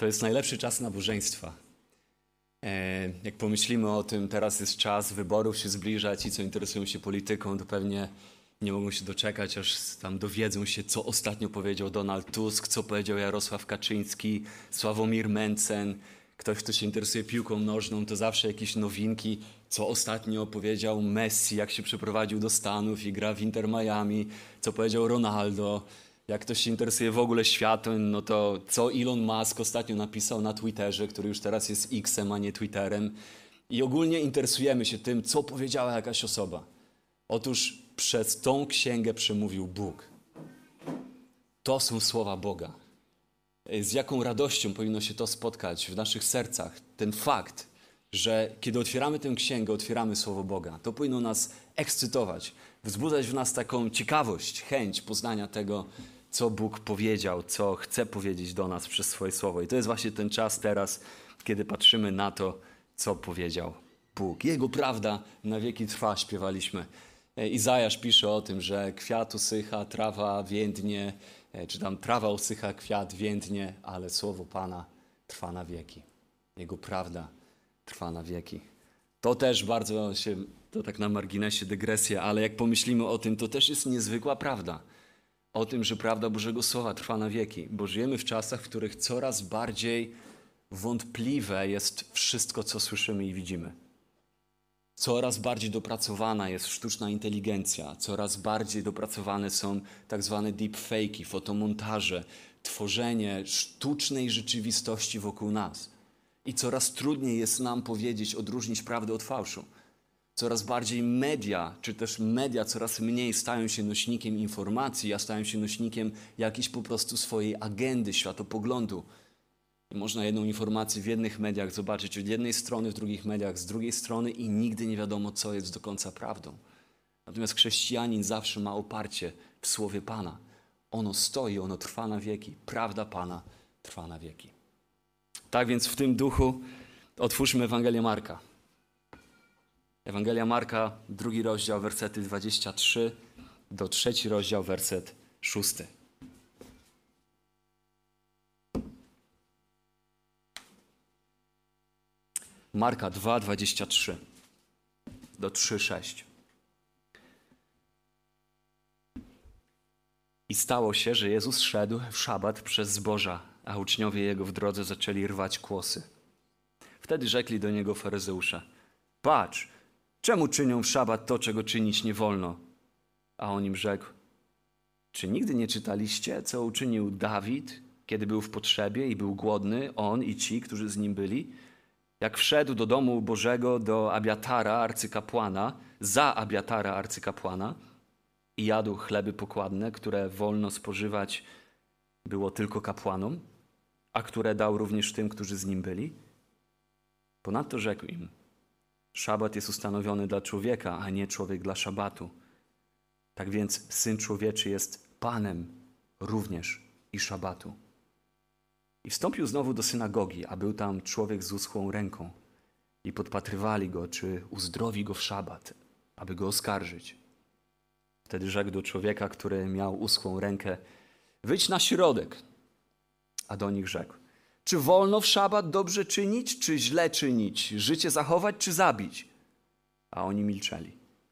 To jest najlepszy czas nabożeństwa. Jak pomyślimy o tym, teraz jest czas wyborów się zbliża, ci co interesują się polityką, to pewnie nie mogą się doczekać, aż tam dowiedzą się, co ostatnio powiedział Donald Tusk, co powiedział Jarosław Kaczyński, Sławomir Mencen. Ktoś, kto się interesuje piłką nożną, to zawsze jakieś nowinki, co ostatnio powiedział Messi, jak się przeprowadził do Stanów i gra w Inter Miami, co powiedział Ronaldo. Jak ktoś się interesuje w ogóle światem, no to co Elon Musk ostatnio napisał na Twitterze, który już teraz jest X-em, a nie Twitterem. I ogólnie interesujemy się tym, co powiedziała jakaś osoba. Otóż przez tą księgę przemówił Bóg. To są słowa Boga. Z jaką radością powinno się to spotkać w naszych sercach. Ten fakt, że kiedy otwieramy tę księgę, otwieramy Słowo Boga. To powinno nas ekscytować, wzbudzać w nas taką ciekawość, chęć poznania tego, co Bóg powiedział, co chce powiedzieć do nas przez swoje Słowo. I to jest właśnie ten czas teraz, kiedy patrzymy na to, co powiedział Bóg. Jego prawda na wieki trwa, śpiewaliśmy. Izajasz pisze o tym, że kwiat usycha, trawa więdnie, czy tam trawa usycha, kwiat więdnie, ale słowo Pana trwa na wieki. Jego prawda trwa na wieki. To też bardzo się, to tak na marginesie dygresja, ale jak pomyślimy o tym, to też jest niezwykła prawda. O tym, że prawda Bożego Słowa trwa na wieki. Bo żyjemy w czasach, w których coraz bardziej wątpliwe jest wszystko, co słyszymy i widzimy. Coraz bardziej dopracowana jest sztuczna inteligencja, coraz bardziej dopracowane są tak zwane deepfake'i, fotomontaże, tworzenie sztucznej rzeczywistości wokół nas. I coraz trudniej jest nam powiedzieć, odróżnić prawdę od fałszu. Coraz bardziej media, czy też media coraz mniej stają się nośnikiem informacji, a stają się nośnikiem jakiejś po prostu swojej agendy, światopoglądu. I można jedną informację w jednych mediach zobaczyć od jednej strony, w drugich mediach z drugiej strony i nigdy nie wiadomo, co jest do końca prawdą. Natomiast chrześcijanin zawsze ma oparcie w Słowie Pana. Ono stoi, ono trwa na wieki. Prawda Pana trwa na wieki. Tak więc w tym duchu otwórzmy Ewangelię Marka. Ewangelia Marka, 2 rozdział, wersety 23 do 3 rozdział, werset 6. Marka 2, 23 do 3, 6. I stało się, że Jezus szedł w szabat przez zboża, a uczniowie Jego w drodze zaczęli rwać kłosy. Wtedy rzekli do Niego faryzeusze: patrz, czemu czynią w szabat to, czego czynić nie wolno? A on im rzekł: czy nigdy nie czytaliście, co uczynił Dawid, kiedy był w potrzebie i był głodny, on i ci, którzy z nim byli? Jak wszedł do domu Bożego, do Abiatara, arcykapłana, za Abiatara, arcykapłana, i jadł chleby pokładne, które wolno spożywać było tylko kapłanom, a które dał również tym, którzy z nim byli. Ponadto rzekł im: szabat jest ustanowiony dla człowieka, a nie człowiek dla szabatu. Tak więc Syn Człowieczy jest Panem również i szabatu. I wstąpił znowu do synagogi, a był tam człowiek z uschłą ręką. I podpatrywali go, czy uzdrowi go w szabat, aby go oskarżyć. Wtedy rzekł do człowieka, który miał uschłą rękę: wyjdź na środek. A do nich rzekł: czy wolno w szabat dobrze czynić, czy źle czynić? Życie zachować, czy zabić? A oni milczeli.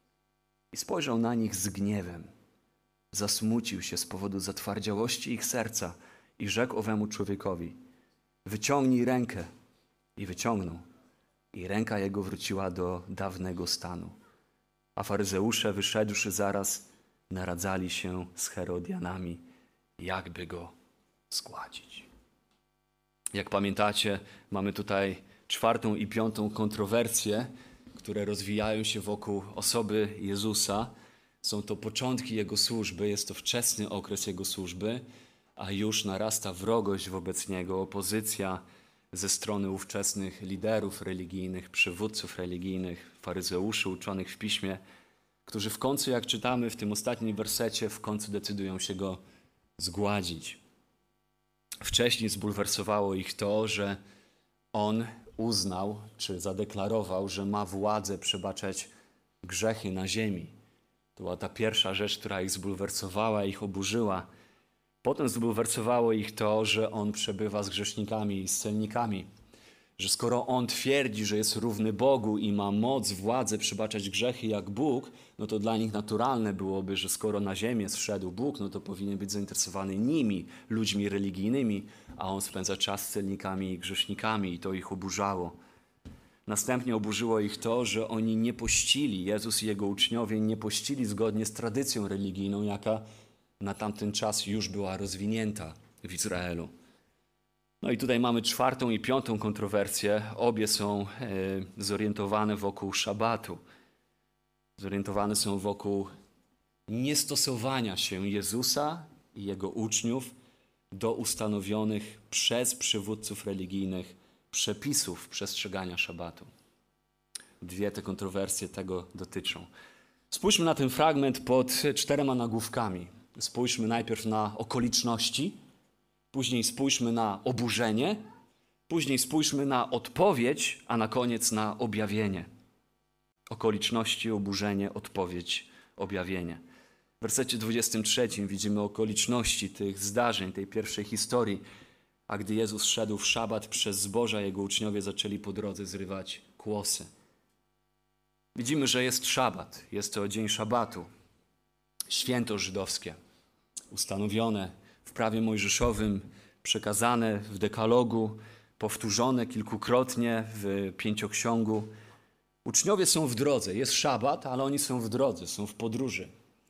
I spojrzał na nich z gniewem. Zasmucił się z powodu zatwardziałości ich serca i rzekł owemu człowiekowi: wyciągnij rękę. I wyciągnął. I ręka jego wróciła do dawnego stanu. A faryzeusze, wyszedłszy zaraz, naradzali się z Herodianami, jakby go zgładzić. Jak pamiętacie, mamy tutaj 4. i 5. kontrowersje, które rozwijają się wokół osoby Jezusa. Są to początki Jego służby, jest to wczesny okres Jego służby, a już narasta wrogość wobec Niego, opozycja ze strony ówczesnych liderów religijnych, przywódców religijnych, faryzeuszy uczonych w Piśmie, którzy w końcu, jak czytamy w tym ostatnim wersecie, w końcu decydują się Go zgładzić. Wcześniej zbulwersowało ich to, że On uznał, czy zadeklarował, że ma władzę przebaczać grzechy na ziemi. To była ta pierwsza rzecz, która ich zbulwersowała, ich oburzyła. Potem zbulwersowało ich to, że On przebywa z grzesznikami i z celnikami. Że skoro On twierdzi, że jest równy Bogu i ma moc, władzę przebaczać grzechy jak Bóg, no to dla nich naturalne byłoby, że skoro na ziemię zszedł Bóg, no to powinien być zainteresowany nimi, ludźmi religijnymi, a On spędza czas z celnikami i grzesznikami i to ich oburzało. Następnie oburzyło ich to, że oni nie pościli, Jezus i Jego uczniowie nie pościli zgodnie z tradycją religijną, jaka na tamten czas już była rozwinięta w Izraelu. No i tutaj mamy 4. i 5. kontrowersję. Obie są zorientowane wokół szabatu. Zorientowane są wokół niestosowania się Jezusa i Jego uczniów do ustanowionych przez przywódców religijnych przepisów przestrzegania szabatu. 2 te kontrowersje tego dotyczą. Spójrzmy na ten fragment pod 4 nagłówkami. Spójrzmy najpierw na okoliczności, później spójrzmy na oburzenie, później spójrzmy na odpowiedź, a na koniec na objawienie. Okoliczności, oburzenie, odpowiedź, objawienie. W wersecie 23 widzimy okoliczności tych zdarzeń, tej pierwszej historii. A gdy Jezus szedł w szabat przez zboża, Jego uczniowie zaczęli po drodze zrywać kłosy. Widzimy, że jest szabat, jest to dzień szabatu. Święto żydowskie, ustanowione w prawie mojżeszowym, przekazane w dekalogu, powtórzone kilkukrotnie w pięcioksiągu. Uczniowie są w drodze, jest szabat, ale oni są w drodze, są w podróży.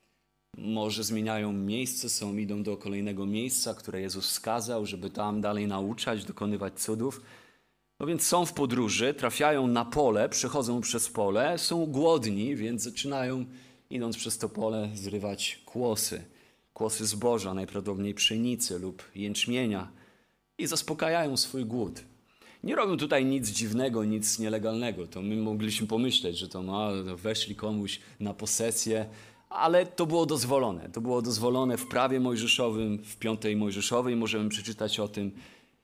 Może zmieniają miejsce, idą do kolejnego miejsca, które Jezus wskazał, żeby tam dalej nauczać, dokonywać cudów. No więc są w podróży, trafiają na pole, przechodzą przez pole, są głodni, więc zaczynają, idąc przez to pole, zrywać kłosy. Kłosy zboża, najprawdopodobniej pszenicy lub jęczmienia i zaspokajają swój głód. Nie robią tutaj nic dziwnego, nic nielegalnego. To my mogliśmy pomyśleć, że to weszli komuś na posesję, ale to było dozwolone. To było dozwolone w prawie mojżeszowym, w 5 Mojżeszowej. Możemy przeczytać o tym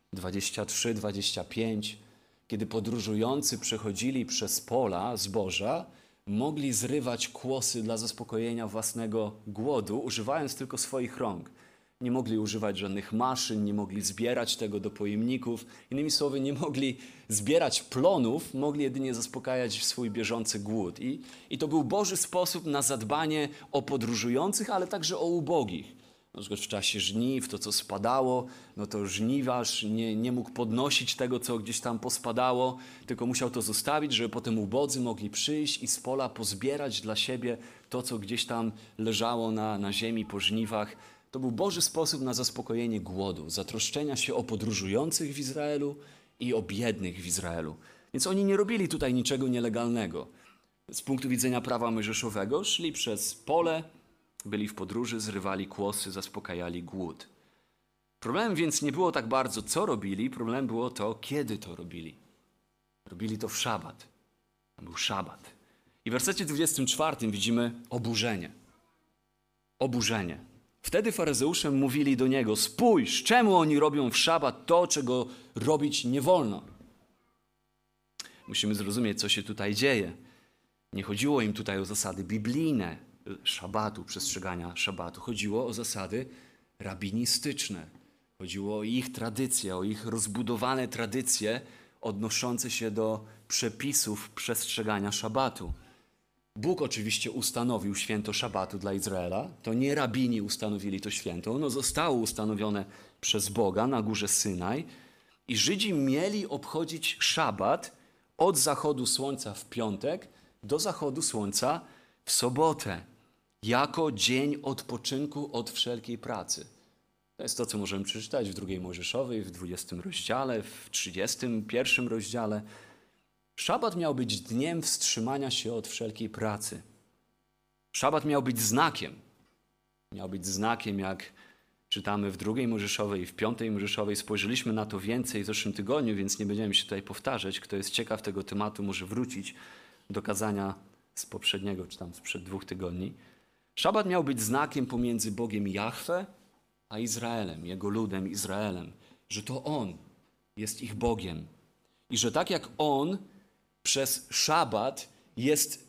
23, 25. Kiedy podróżujący przechodzili przez pola zboża, mogli zrywać kłosy dla zaspokojenia własnego głodu, używając tylko swoich rąk. Nie mogli używać żadnych maszyn, nie mogli zbierać tego do pojemników. Innymi słowy, nie mogli zbierać plonów, mogli jedynie zaspokajać swój bieżący głód. I to był Boży sposób na zadbanie o podróżujących, ale także o ubogich. Na przykład w czasie żniw, to co spadało, no to żniwarz nie mógł podnosić tego, co gdzieś tam pospadało, tylko musiał to zostawić, żeby potem ubodzy mogli przyjść i z pola pozbierać dla siebie to, co gdzieś tam leżało na ziemi po żniwach. To był Boży sposób na zaspokojenie głodu, zatroszczenia się o podróżujących w Izraelu i o biednych w Izraelu. Więc oni nie robili tutaj niczego nielegalnego. Z punktu widzenia prawa mojżeszowego szli przez pole, byli w podróży, zrywali kłosy, zaspokajali głód. Problemem więc nie było tak bardzo, co robili, problemem było to, kiedy to robili. Robili to w szabat. To był szabat. I w wersecie 24 widzimy oburzenie. Oburzenie. Wtedy faryzeusze mówili do Niego: spójrz, czemu oni robią w szabat to, czego robić nie wolno. Musimy zrozumieć, co się tutaj dzieje. Nie chodziło im tutaj o zasady biblijne szabatu, przestrzegania szabatu. Chodziło o zasady rabinistyczne. Chodziło o ich tradycje, o ich rozbudowane tradycje odnoszące się do przepisów przestrzegania szabatu. Bóg oczywiście ustanowił święto szabatu dla Izraela. To nie rabini ustanowili to święto. Ono zostało ustanowione przez Boga na górze Synaj. I Żydzi mieli obchodzić szabat od zachodu słońca w piątek do zachodu słońca w sobotę. Jako dzień odpoczynku od wszelkiej pracy. To jest to, co możemy przeczytać w 2 Mojżeszowej, w 20 rozdziale, w 31 rozdziale. Szabat miał być dniem wstrzymania się od wszelkiej pracy. Szabat miał być znakiem. Miał być znakiem, jak czytamy w 2 Mojżeszowej i w 5 Mojżeszowej. Spojrzeliśmy na to więcej w zeszłym tygodniu, więc nie będziemy się tutaj powtarzać. Kto jest ciekaw tego tematu, może wrócić do kazania z poprzedniego, czy tam sprzed 2 tygodni. Szabat miał być znakiem pomiędzy Bogiem Jahwe a Izraelem, Jego ludem Izraelem. Że to On jest ich Bogiem. I że tak jak On przez szabat jest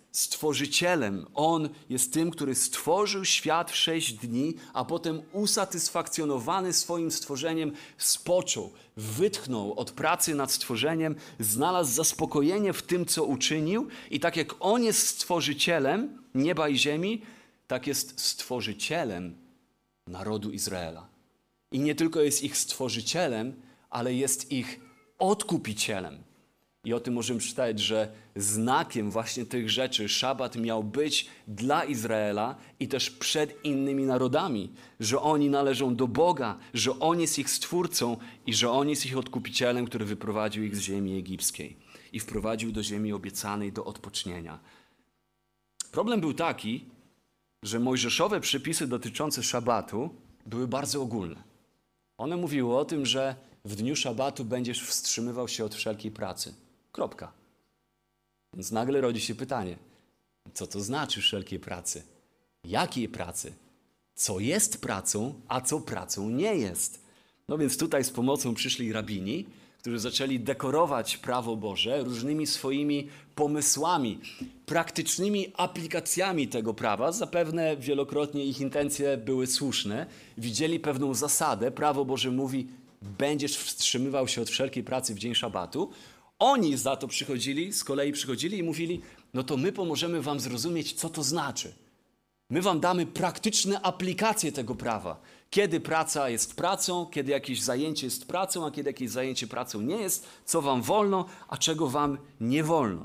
Stworzycielem. On jest tym, który stworzył świat w 6 dni, a potem usatysfakcjonowany swoim stworzeniem spoczął, wytchnął od pracy nad stworzeniem, znalazł zaspokojenie w tym, co uczynił i tak jak On jest stworzycielem nieba i ziemi, tak jest stworzycielem narodu Izraela. I nie tylko jest ich stworzycielem, ale jest ich odkupicielem. I o tym możemy czytać, że znakiem właśnie tych rzeczy szabat miał być dla Izraela i też przed innymi narodami, że oni należą do Boga, że On jest ich stwórcą i że On jest ich odkupicielem, który wyprowadził ich z ziemi egipskiej i wprowadził do ziemi obiecanej do odpocznienia. Problem był taki, że mojżeszowe przepisy dotyczące szabatu były bardzo ogólne. One mówiły o tym, że w dniu szabatu będziesz wstrzymywał się od wszelkiej pracy. Kropka. Więc nagle rodzi się pytanie, co to znaczy wszelkiej pracy? Jakiej pracy? Co jest pracą, a co pracą nie jest? No więc tutaj z pomocą przyszli rabini, którzy zaczęli dekorować prawo Boże różnymi swoimi pomysłami, praktycznymi aplikacjami tego prawa. Zapewne wielokrotnie ich intencje były słuszne. Widzieli pewną zasadę. Prawo Boże mówi, będziesz wstrzymywał się od wszelkiej pracy w dzień szabatu. Oni za to z kolei przychodzili i mówili, no to my pomożemy wam zrozumieć, co to znaczy. My wam damy praktyczne aplikacje tego prawa. Kiedy praca jest pracą, kiedy jakieś zajęcie jest pracą, a kiedy jakieś zajęcie pracą nie jest, co wam wolno, a czego wam nie wolno.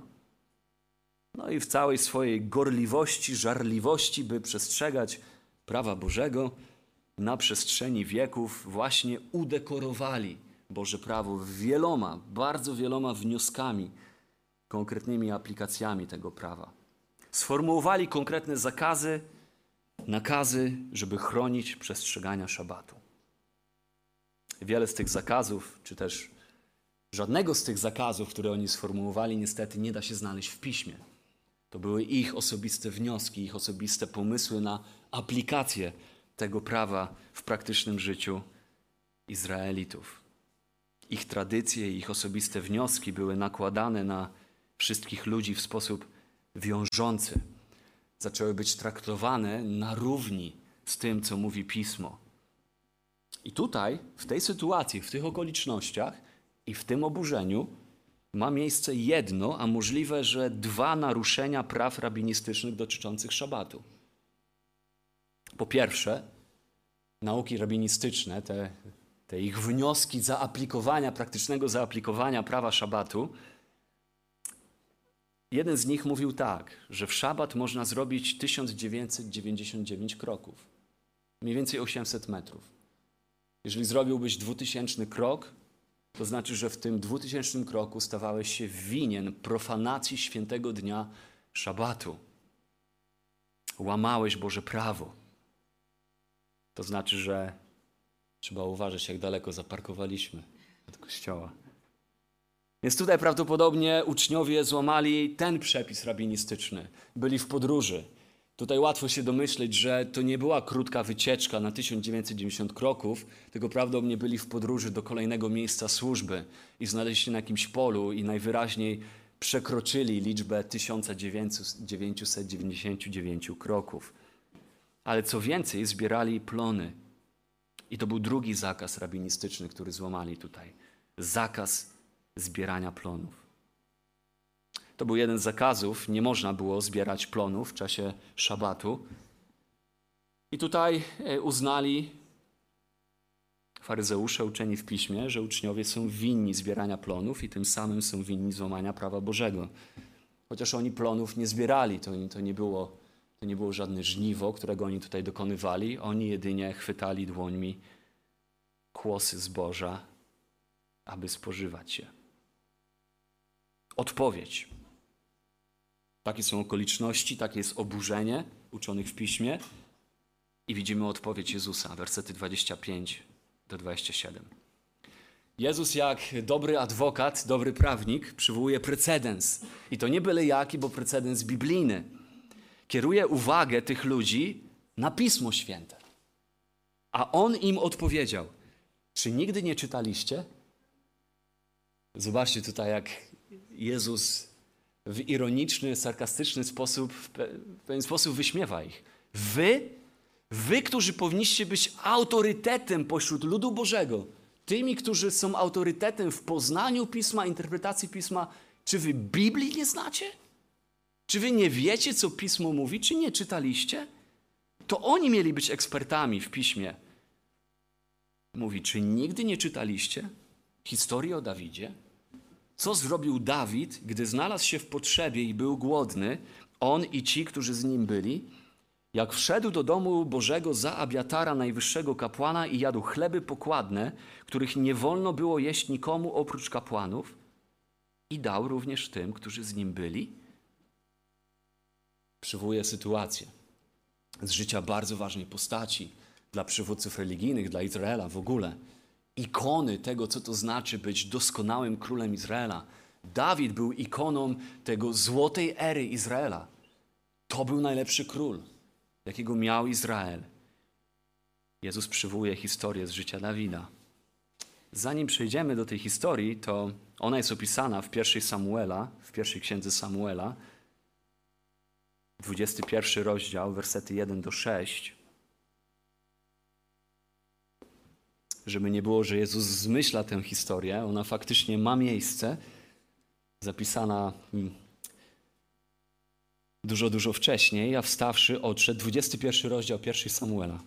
No i w całej swojej gorliwości, żarliwości, by przestrzegać prawa Bożego, na przestrzeni wieków właśnie udekorowali Boże prawo bardzo wieloma wnioskami, konkretnymi aplikacjami tego prawa. Sformułowali konkretne zakazy, nakazy, żeby chronić przestrzegania szabatu. Wiele z tych zakazów, czy też żadnego z tych zakazów, które oni sformułowali, niestety nie da się znaleźć w Piśmie. To były ich osobiste wnioski, ich osobiste pomysły na aplikację tego prawa w praktycznym życiu Izraelitów. Ich tradycje, ich osobiste wnioski były nakładane na wszystkich ludzi w sposób wiążący. Zaczęły być traktowane na równi z tym, co mówi Pismo. I tutaj, w tej sytuacji, w tych okolicznościach i w tym oburzeniu ma miejsce jedno, a możliwe, że 2 naruszenia praw rabinistycznych dotyczących szabatu. Po pierwsze, nauki rabinistyczne, te ich wnioski praktycznego zaaplikowania prawa szabatu, jeden z nich mówił tak, że w szabat można zrobić 1999 kroków, mniej więcej 800 metrów. Jeżeli zrobiłbyś 2000 krok, to znaczy, że w tym 2000 kroku stawałeś się winien profanacji świętego dnia szabatu. Łamałeś Boże prawo. To znaczy, że trzeba uważać, jak daleko zaparkowaliśmy od kościoła. Więc tutaj prawdopodobnie uczniowie złamali ten przepis rabinistyczny. Byli w podróży. Tutaj łatwo się domyśleć, że to nie była krótka wycieczka na 1990 kroków, tylko prawdopodobnie byli w podróży do kolejnego miejsca służby i znaleźli się na jakimś polu i najwyraźniej przekroczyli liczbę 1999 kroków. Ale co więcej, zbierali plony. I to był drugi zakaz rabinistyczny, który złamali tutaj. Zakaz zbierania plonów. To był jeden z zakazów. Nie można było zbierać plonów w czasie szabatu. I tutaj uznali faryzeusze, uczeni w Piśmie, że uczniowie są winni zbierania plonów i tym samym są winni złamania prawa Bożego. Chociaż oni plonów nie zbierali. To nie było żadne żniwo, którego oni tutaj dokonywali. Oni jedynie chwytali dłońmi kłosy zboża, aby spożywać je. Odpowiedź. Takie są okoliczności, takie jest oburzenie uczonych w Piśmie i widzimy odpowiedź Jezusa, wersety 25 do 27. Jezus jak dobry adwokat, dobry prawnik przywołuje precedens. I to nie byle jaki, bo precedens biblijny. Kieruje uwagę tych ludzi na Pismo Święte. A On im odpowiedział, czy nigdy nie czytaliście? Zobaczcie tutaj, jak Jezus w ironiczny, sarkastyczny sposób, w pewien sposób wyśmiewa ich. Wy, którzy powinniście być autorytetem pośród ludu Bożego, tymi, którzy są autorytetem w poznaniu Pisma, interpretacji Pisma, czy wy Biblii nie znacie? Czy wy nie wiecie, co Pismo mówi? Czy nie czytaliście? To oni mieli być ekspertami w Piśmie. Mówi, czy nigdy nie czytaliście historii o Dawidzie? Co zrobił Dawid, gdy znalazł się w potrzebie i był głodny, on i ci, którzy z nim byli? Jak wszedł do domu Bożego za Abiatara, najwyższego kapłana, i jadł chleby pokładne, których nie wolno było jeść nikomu oprócz kapłanów, i dał również tym, którzy z nim byli? Przywołuję sytuację z życia bardzo ważnej postaci dla przywódców religijnych, dla Izraela w ogóle. Ikony tego, co to znaczy być doskonałym królem Izraela. Dawid był ikoną tego złotej ery Izraela. To był najlepszy król, jakiego miał Izrael. Jezus przywołuje historię z życia Dawida. Zanim przejdziemy do tej historii, to ona jest opisana w pierwszej księdze Samuela, 21 rozdział, wersety 1-6. Żeby nie było, że Jezus zmyśla tę historię, ona faktycznie ma miejsce, zapisana dużo wcześniej, a wstawszy odszedł, 21 rozdział 1 Samuela.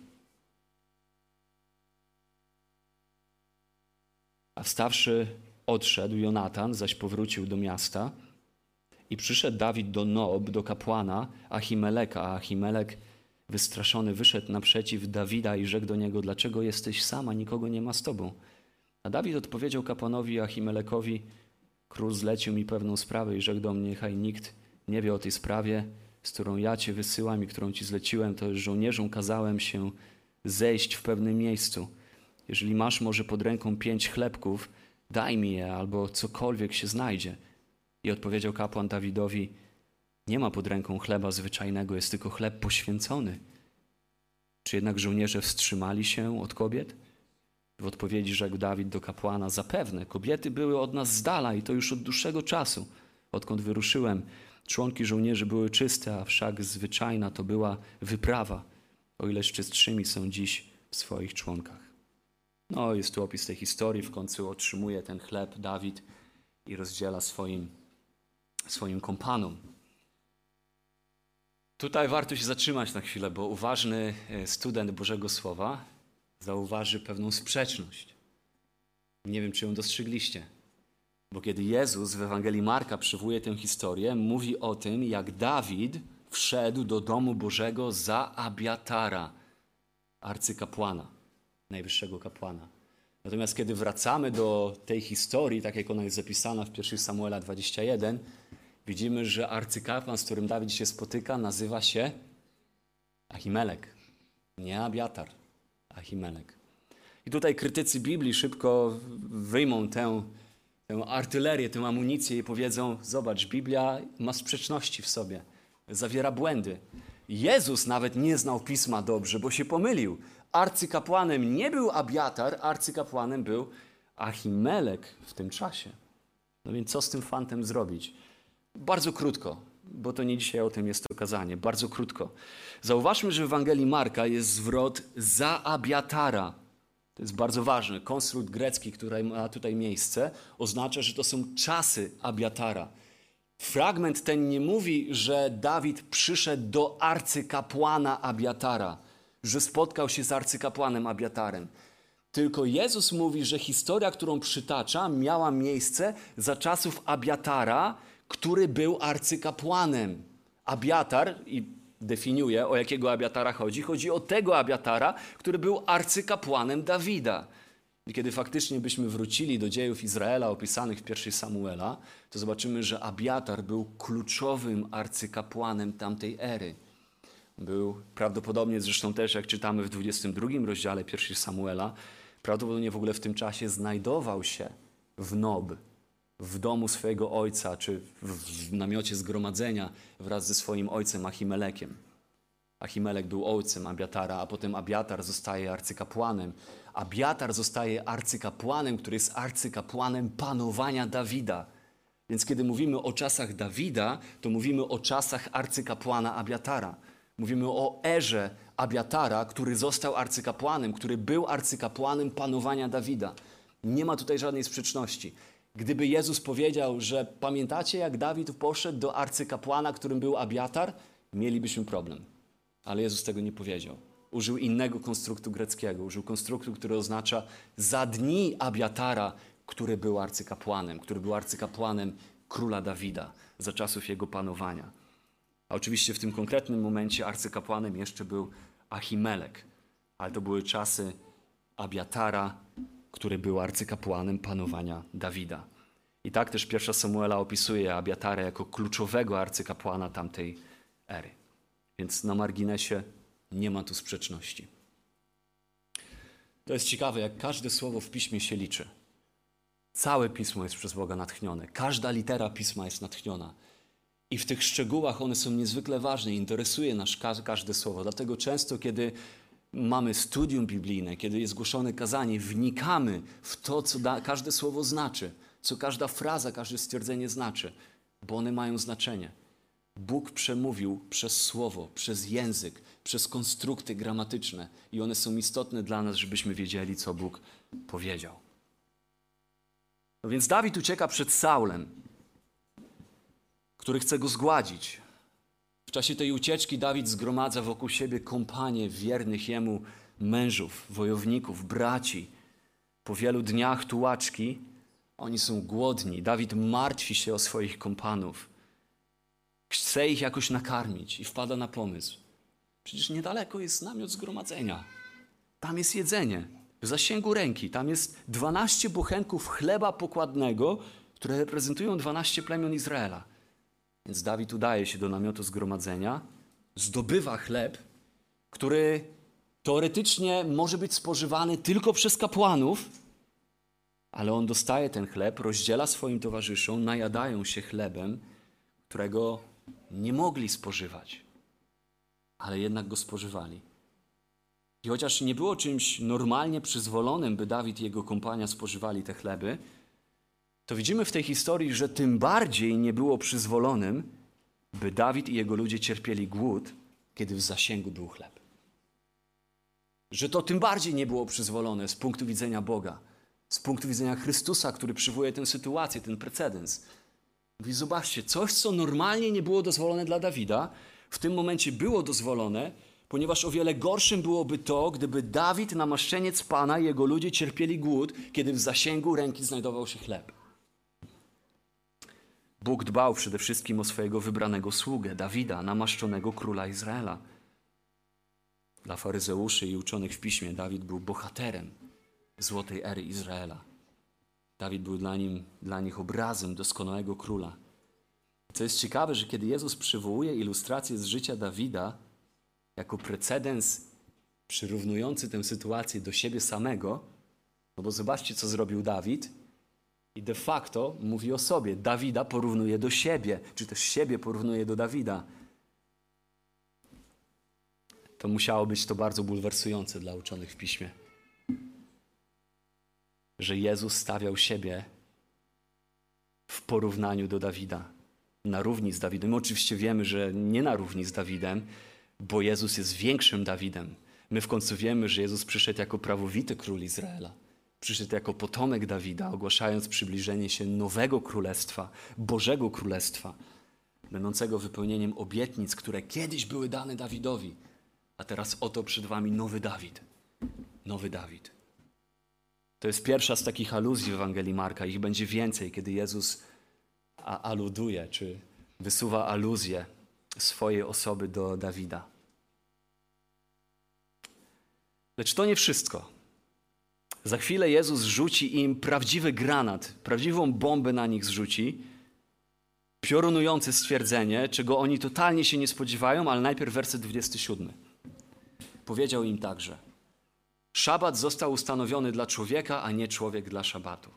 A wstawszy odszedł Jonatan, zaś powrócił do miasta i przyszedł Dawid do Nob, do kapłana Ahimeleka, a Ahimelek wystraszony wyszedł naprzeciw Dawida i rzekł do niego: dlaczego jesteś sam, a nikogo nie ma z tobą? A Dawid odpowiedział kapłanowi Ahimelekowi: król zlecił mi pewną sprawę i rzekł do mnie: niechaj nikt nie wie o tej sprawie, z którą ja cię wysyłam i którą ci zleciłem, to jest żołnierzom kazałem się zejść w pewnym miejscu. Jeżeli masz może pod ręką 5 chlebków, daj mi je, albo cokolwiek się znajdzie. I odpowiedział kapłan Dawidowi: nie ma pod ręką chleba zwyczajnego, jest tylko chleb poświęcony. Czy jednak żołnierze wstrzymali się od kobiet? W odpowiedzi rzekł Dawid do kapłana: zapewne, kobiety były od nas z dala i to już od dłuższego czasu. Odkąd wyruszyłem, członki żołnierzy były czyste, a wszak zwyczajna to była wyprawa, o ileż czystszymi są dziś w swoich członkach. No, jest tu opis tej historii. W końcu otrzymuje ten chleb Dawid i rozdziela swoim kompanom. Tutaj warto się zatrzymać na chwilę, bo uważny student Bożego Słowa zauważy pewną sprzeczność. Nie wiem, czy ją dostrzegliście. Bo kiedy Jezus w Ewangelii Marka przywołuje tę historię, mówi o tym, jak Dawid wszedł do domu Bożego za Abiatara, arcykapłana, najwyższego kapłana. Natomiast kiedy wracamy do tej historii, tak jak ona jest zapisana w 1 Samuela 21, widzimy, że arcykapłan, z którym Dawid się spotyka, nazywa się Ahimelek. Nie Abiatar, Ahimelek. I tutaj krytycy Biblii szybko wyjmą tę artylerię, tę amunicję i powiedzą: zobacz, Biblia ma sprzeczności w sobie, zawiera błędy. Jezus nawet nie znał Pisma dobrze, bo się pomylił. Arcykapłanem nie był Abiatar, arcykapłanem był Ahimelek w tym czasie. No więc co z tym fantem zrobić? Bardzo krótko, bo to nie dzisiaj o tym jest to kazanie. Bardzo krótko. Zauważmy, że w Ewangelii Marka jest zwrot za Abiatara. To jest bardzo ważne. Konstrukt grecki, który ma tutaj miejsce, oznacza, że to są czasy Abiatara. Fragment ten nie mówi, że Dawid przyszedł do arcykapłana Abiatara, że spotkał się z arcykapłanem Abiatarem. Tylko Jezus mówi, że historia, którą przytacza, miała miejsce za czasów Abiatara, który był arcykapłanem. Abiatar, i definiuje, o jakiego Abiatara chodzi. Chodzi o tego Abiatara, który był arcykapłanem Dawida. I kiedy faktycznie byśmy wrócili do dziejów Izraela opisanych w 1 Samuela, to zobaczymy, że Abiatar był kluczowym arcykapłanem tamtej ery. Był prawdopodobnie, zresztą też jak czytamy w 22 rozdziale 1 Samuela, prawdopodobnie w ogóle w tym czasie znajdował się w Nob, w domu swojego ojca, czy w namiocie zgromadzenia wraz ze swoim ojcem Ahimelekiem. Ahimelek był ojcem Abiatara, a potem Abiatar zostaje arcykapłanem. Abiatar zostaje arcykapłanem, który jest arcykapłanem panowania Dawida. Więc kiedy mówimy o czasach Dawida, to mówimy o czasach arcykapłana Abiatara. Mówimy o erze Abiatara, który został arcykapłanem, który był arcykapłanem panowania Dawida. Nie ma tutaj żadnej sprzeczności. Gdyby Jezus powiedział, że pamiętacie, jak Dawid poszedł do arcykapłana, którym był Abiatar, mielibyśmy problem. Ale Jezus tego nie powiedział. Użył innego konstruktu greckiego. Użył konstruktu, który oznacza za dni Abiatara, który był arcykapłanem króla Dawida za czasów jego panowania. A oczywiście w tym konkretnym momencie arcykapłanem jeszcze był Ahimelek. Ale to były czasy Abiatara, który był arcykapłanem panowania Dawida. I tak też 1 Samuela opisuje Abiatara jako kluczowego arcykapłana tamtej ery. Więc na marginesie nie ma tu sprzeczności. To jest ciekawe, jak każde słowo w Piśmie się liczy. Całe Pismo jest przez Boga natchnione. Każda litera Pisma jest natchniona. I w tych szczegółach one są niezwykle ważne. Interesuje nas każde słowo. Dlatego często, kiedy mamy studium biblijne, kiedy jest głoszone kazanie, wnikamy w to, co każde słowo znaczy, co każda fraza, każde stwierdzenie znaczy, bo one mają znaczenie. Bóg przemówił przez słowo, przez język, przez konstrukty gramatyczne i one są istotne dla nas, żebyśmy wiedzieli, co Bóg powiedział. No więc Dawid ucieka przed Saulem, który chce go zgładzić. W czasie tej ucieczki Dawid zgromadza wokół siebie kompanię wiernych jemu mężów, wojowników, braci. Po wielu dniach tułaczki oni są głodni. Dawid martwi się o swoich kompanów. Chce ich jakoś nakarmić i wpada na pomysł. Przecież niedaleko jest namiot zgromadzenia. Tam jest jedzenie, w zasięgu ręki. Tam jest 12 bochenków chleba pokładnego, które reprezentują 12 plemion Izraela. Więc Dawid udaje się do namiotu zgromadzenia, zdobywa chleb, który teoretycznie może być spożywany tylko przez kapłanów, ale on dostaje ten chleb, rozdziela swoim towarzyszom, najadają się chlebem, którego nie mogli spożywać, ale jednak go spożywali. I chociaż nie było czymś normalnie przyzwolonym, by Dawid i jego kompania spożywali te chleby, to widzimy w tej historii, że tym bardziej nie było przyzwolonym, by Dawid i jego ludzie cierpieli głód, kiedy w zasięgu był chleb. Że to tym bardziej nie było przyzwolone z punktu widzenia Boga, z punktu widzenia Chrystusa, który przywołuje tę sytuację, ten precedens. Mówi, zobaczcie, coś, co normalnie nie było dozwolone dla Dawida, w tym momencie było dozwolone, ponieważ o wiele gorszym byłoby to, gdyby Dawid, namaszczeniec Pana i jego ludzie cierpieli głód, kiedy w zasięgu ręki znajdował się chleb. Bóg dbał przede wszystkim o swojego wybranego sługę, Dawida, namaszczonego króla Izraela. Dla faryzeuszy i uczonych w piśmie Dawid był bohaterem złotej ery Izraela. Dawid był dla nich obrazem doskonałego króla. Co jest ciekawe, że kiedy Jezus przywołuje ilustrację z życia Dawida jako precedens przyrównujący tę sytuację do siebie samego, no bo zobaczcie, co zrobił Dawid i de facto mówi o sobie. Dawida porównuje do siebie, czy też siebie porównuje do Dawida. To musiało być to bardzo bulwersujące dla uczonych w piśmie. Że Jezus stawiał siebie w porównaniu do Dawida, na równi z Dawidem. My oczywiście wiemy, że nie na równi z Dawidem, bo Jezus jest większym Dawidem. My w końcu wiemy, że Jezus przyszedł jako prawowity król Izraela. Przyszedł jako potomek Dawida, ogłaszając przybliżenie się nowego królestwa, Bożego Królestwa, będącego wypełnieniem obietnic, które kiedyś były dane Dawidowi. A teraz oto przed wami nowy Dawid. Nowy Dawid. To jest pierwsza z takich aluzji w Ewangelii Marka. Ich będzie więcej, kiedy Jezus aluduje, czy wysuwa aluzję swojej osoby do Dawida. Lecz to nie wszystko. Za chwilę Jezus rzuci im prawdziwy granat, prawdziwą bombę na nich zrzuci, piorunujące stwierdzenie, czego oni totalnie się nie spodziewają, ale najpierw werset 27. Powiedział im także: szabat został ustanowiony dla człowieka, a nie człowiek dla szabatu.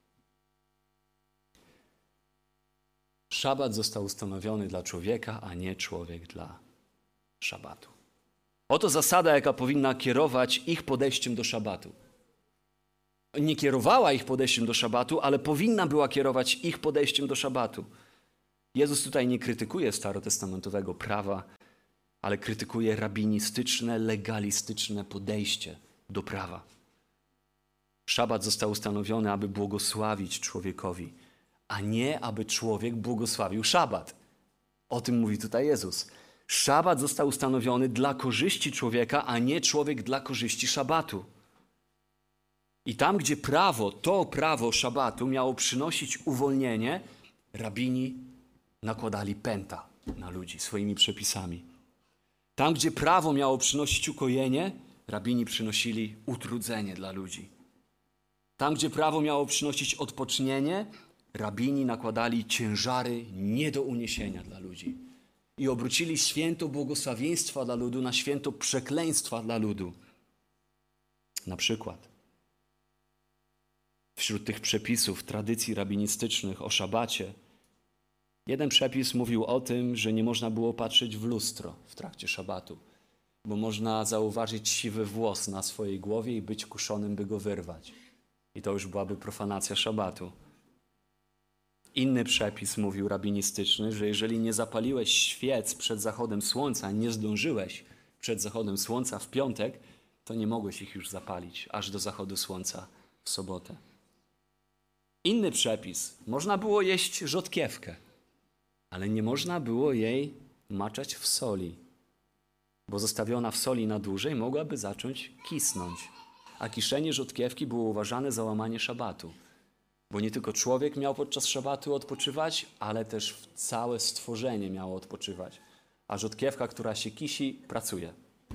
Szabat został ustanowiony dla człowieka, a nie człowiek dla szabatu. Oto zasada, jaka powinna kierować ich podejściem do szabatu. nie kierowała ich podejściem do szabatu, ale powinna była kierować ich podejściem do szabatu. Jezus tutaj nie krytykuje starotestamentowego prawa, ale krytykuje rabinistyczne, legalistyczne podejście do prawa. Szabat został ustanowiony, aby błogosławić człowiekowi, a nie aby człowiek błogosławił szabat. O tym mówi tutaj Jezus. Szabat został ustanowiony dla korzyści człowieka, a nie człowiek dla korzyści szabatu. I tam, gdzie to prawo szabatu miało przynosić uwolnienie, rabini nakładali pęta na ludzi swoimi przepisami. Tam, gdzie prawo miało przynosić ukojenie, rabini przynosili utrudzenie dla ludzi. Tam, gdzie prawo miało przynosić odpocznienie, rabini nakładali ciężary nie do uniesienia dla ludzi. I obrócili święto błogosławieństwa dla ludu na święto przekleństwa dla ludu. Na przykład wśród tych przepisów, tradycji rabinistycznych o szabacie, jeden przepis mówił o tym, że nie można było patrzeć w lustro w trakcie szabatu, bo można zauważyć siwy włos na swojej głowie i być kuszonym, by go wyrwać. I to już byłaby profanacja szabatu. Inny przepis mówił rabinistyczny, że jeżeli nie zapaliłeś świec przed zachodem słońca, nie zdążyłeś przed zachodem słońca w piątek, to nie mogłeś ich już zapalić aż do zachodu słońca w sobotę. Inny przepis. Można było jeść rzodkiewkę, ale nie można było jej maczać w soli, bo zostawiona w soli na dłużej mogłaby zacząć kisnąć. A kiszenie rzodkiewki było uważane za łamanie szabatu. Bo nie tylko człowiek miał podczas szabatu odpoczywać, ale też całe stworzenie miało odpoczywać. A rzodkiewka, która się kisi, pracuje.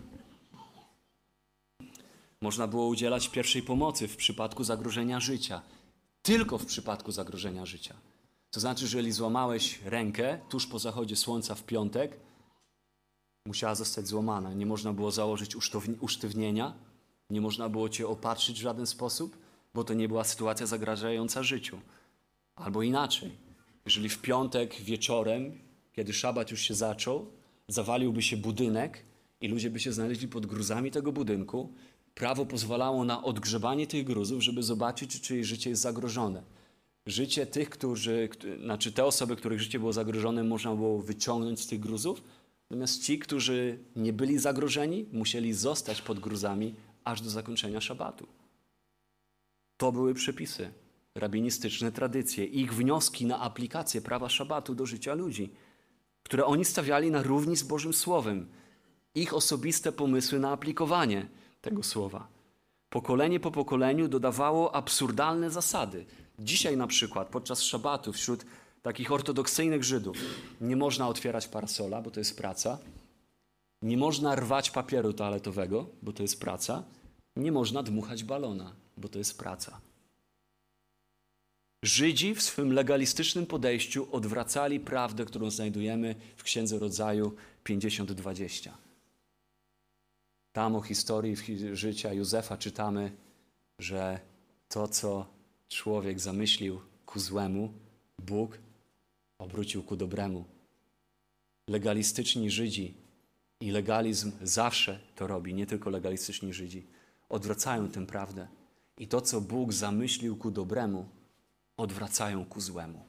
Można było udzielać pierwszej pomocy w przypadku zagrożenia życia. Tylko w przypadku zagrożenia życia. To znaczy, że jeżeli złamałeś rękę tuż po zachodzie słońca w piątek, musiała zostać złamana. Nie można było założyć usztywnienia, nie można było cię opatrzyć w żaden sposób, bo to nie była sytuacja zagrażająca życiu. Albo inaczej, jeżeli w piątek wieczorem, kiedy szabat już się zaczął, zawaliłby się budynek i ludzie by się znaleźli pod gruzami tego budynku, prawo pozwalało na odgrzebanie tych gruzów, żeby zobaczyć, czy czyjeś życie jest zagrożone. Życie tych, te osoby, których życie było zagrożone, można było wyciągnąć z tych gruzów, natomiast ci, którzy nie byli zagrożeni, musieli zostać pod gruzami aż do zakończenia szabatu. To były przepisy, rabinistyczne tradycje, ich wnioski na aplikację prawa szabatu do życia ludzi, które oni stawiali na równi z Bożym Słowem. Ich osobiste pomysły na aplikowanie tego słowa. Pokolenie po pokoleniu dodawało absurdalne zasady. Dzisiaj na przykład podczas szabatu wśród takich ortodoksyjnych Żydów nie można otwierać parasola, bo to jest praca. Nie można rwać papieru toaletowego, bo to jest praca. Nie można dmuchać balona, bo to jest praca. Żydzi w swym legalistycznym podejściu odwracali prawdę, którą znajdujemy w Księdze Rodzaju 50:20. Tam o historii życia Józefa czytamy, że to, co człowiek zamyślił ku złemu, Bóg obrócił ku dobremu. Legalistyczni Żydzi i legalizm zawsze to robi, nie tylko legalistyczni Żydzi. Odwracają tę prawdę. I to, co Bóg zamyślił ku dobremu, odwracają ku złemu.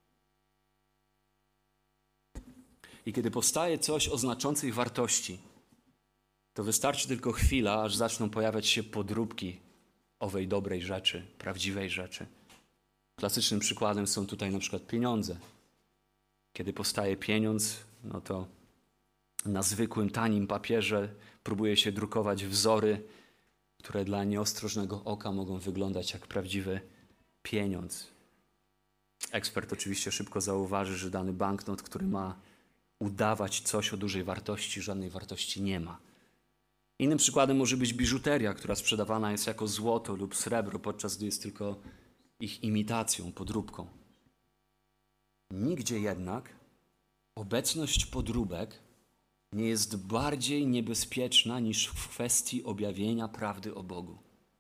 I kiedy powstaje coś o znaczącej wartości, to wystarczy tylko chwila, aż zaczną pojawiać się podróbki owej dobrej rzeczy, prawdziwej rzeczy. Klasycznym przykładem są tutaj na przykład pieniądze. Kiedy powstaje pieniądz, no to na zwykłym, tanim papierze próbuje się drukować wzory, które dla nieostrożnego oka mogą wyglądać jak prawdziwy pieniądz. Ekspert oczywiście szybko zauważy, że dany banknot, który ma udawać coś o dużej wartości, żadnej wartości nie ma. Innym przykładem może być biżuteria, która sprzedawana jest jako złoto lub srebro, podczas gdy jest tylko ich imitacją, podróbką. Nigdzie jednak obecność podróbek nie jest bardziej niebezpieczna niż w kwestii objawienia prawdy o Bogu.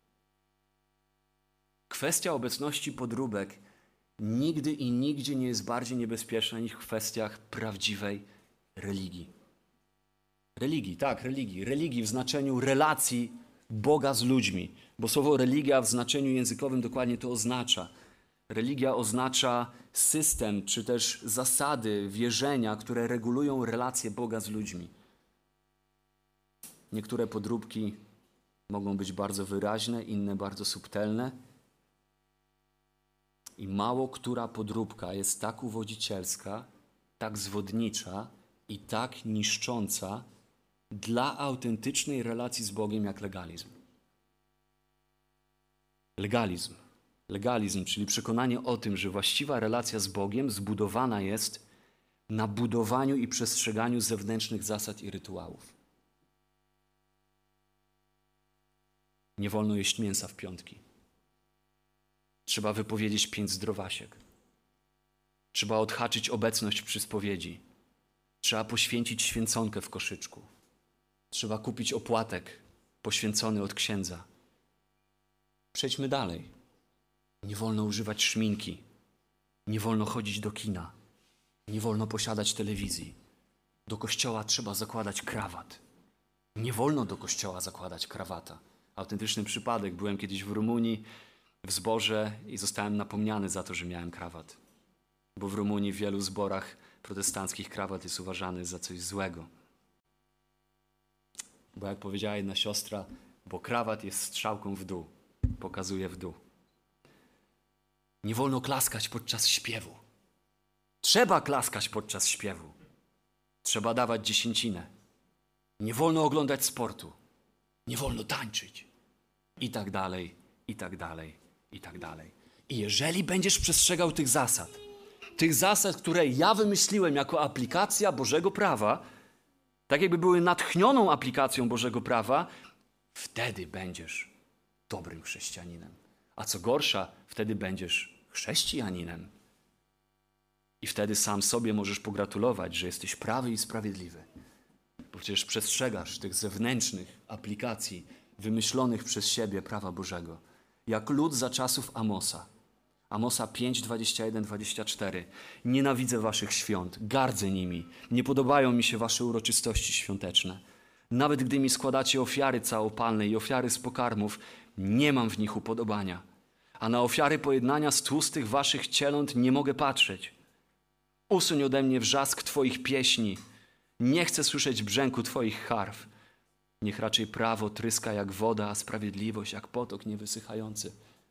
Kwestia obecności podróbek nigdy i nigdzie nie jest bardziej niebezpieczna niż w kwestiach prawdziwej religii. Religii, tak, religii. Religii w znaczeniu relacji Boga z ludźmi. Bo słowo religia w znaczeniu językowym dokładnie to oznacza. Religia oznacza system, czy też zasady wierzenia, które regulują relacje Boga z ludźmi. Niektóre podróbki mogą być bardzo wyraźne, inne bardzo subtelne. I mało która podróbka jest tak uwodzicielska, tak zwodnicza i tak niszcząca dla autentycznej relacji z Bogiem jak legalizm. Legalizm, czyli przekonanie o tym, że właściwa relacja z Bogiem zbudowana jest na budowaniu i przestrzeganiu zewnętrznych zasad i rytuałów. Nie wolno jeść mięsa w piątki. Trzeba wypowiedzieć 5 zdrowasiek. Trzeba odhaczyć obecność przy spowiedzi. Trzeba poświęcić święconkę w koszyczku. Trzeba kupić opłatek poświęcony od księdza. Przejdźmy dalej. Nie wolno używać szminki. Nie wolno chodzić do kina. Nie wolno posiadać telewizji. Do kościoła trzeba zakładać krawat. Nie wolno do kościoła zakładać krawata. Autentyczny przypadek. Byłem kiedyś w Rumunii w zborze i zostałem napomniany za to, że miałem krawat. Bo w Rumunii w wielu zborach protestanckich krawat jest uważany za coś złego. Bo jak powiedziała jedna siostra, bo krawat jest strzałką w dół. Pokazuje w dół. Nie wolno klaskać podczas śpiewu. Trzeba klaskać podczas śpiewu. Trzeba dawać dziesięcinę. Nie wolno oglądać sportu. Nie wolno tańczyć. I tak dalej, i tak dalej, i tak dalej. I jeżeli będziesz przestrzegał tych zasad, które ja wymyśliłem jako aplikacja Bożego prawa, tak jakby były natchnioną aplikacją Bożego prawa, wtedy będziesz dobrym chrześcijaninem. A co gorsza, wtedy będziesz chrześcijaninem. I wtedy sam sobie możesz pogratulować, że jesteś prawy i sprawiedliwy. Bo przecież przestrzegasz tych zewnętrznych aplikacji wymyślonych przez siebie prawa Bożego. Jak lud za czasów Amosa. Amosa 5, 21, 24. Nienawidzę waszych świąt, gardzę nimi. Nie podobają mi się wasze uroczystości świąteczne. Nawet gdy mi składacie ofiary całopalne i ofiary z pokarmów, nie mam w nich upodobania. A na ofiary pojednania z tłustych waszych cieląt nie mogę patrzeć. Usuń ode mnie wrzask twoich pieśni. Nie chcę słyszeć brzęku twoich harf. Niech raczej prawo tryska jak woda, a sprawiedliwość jak potok niewysychający.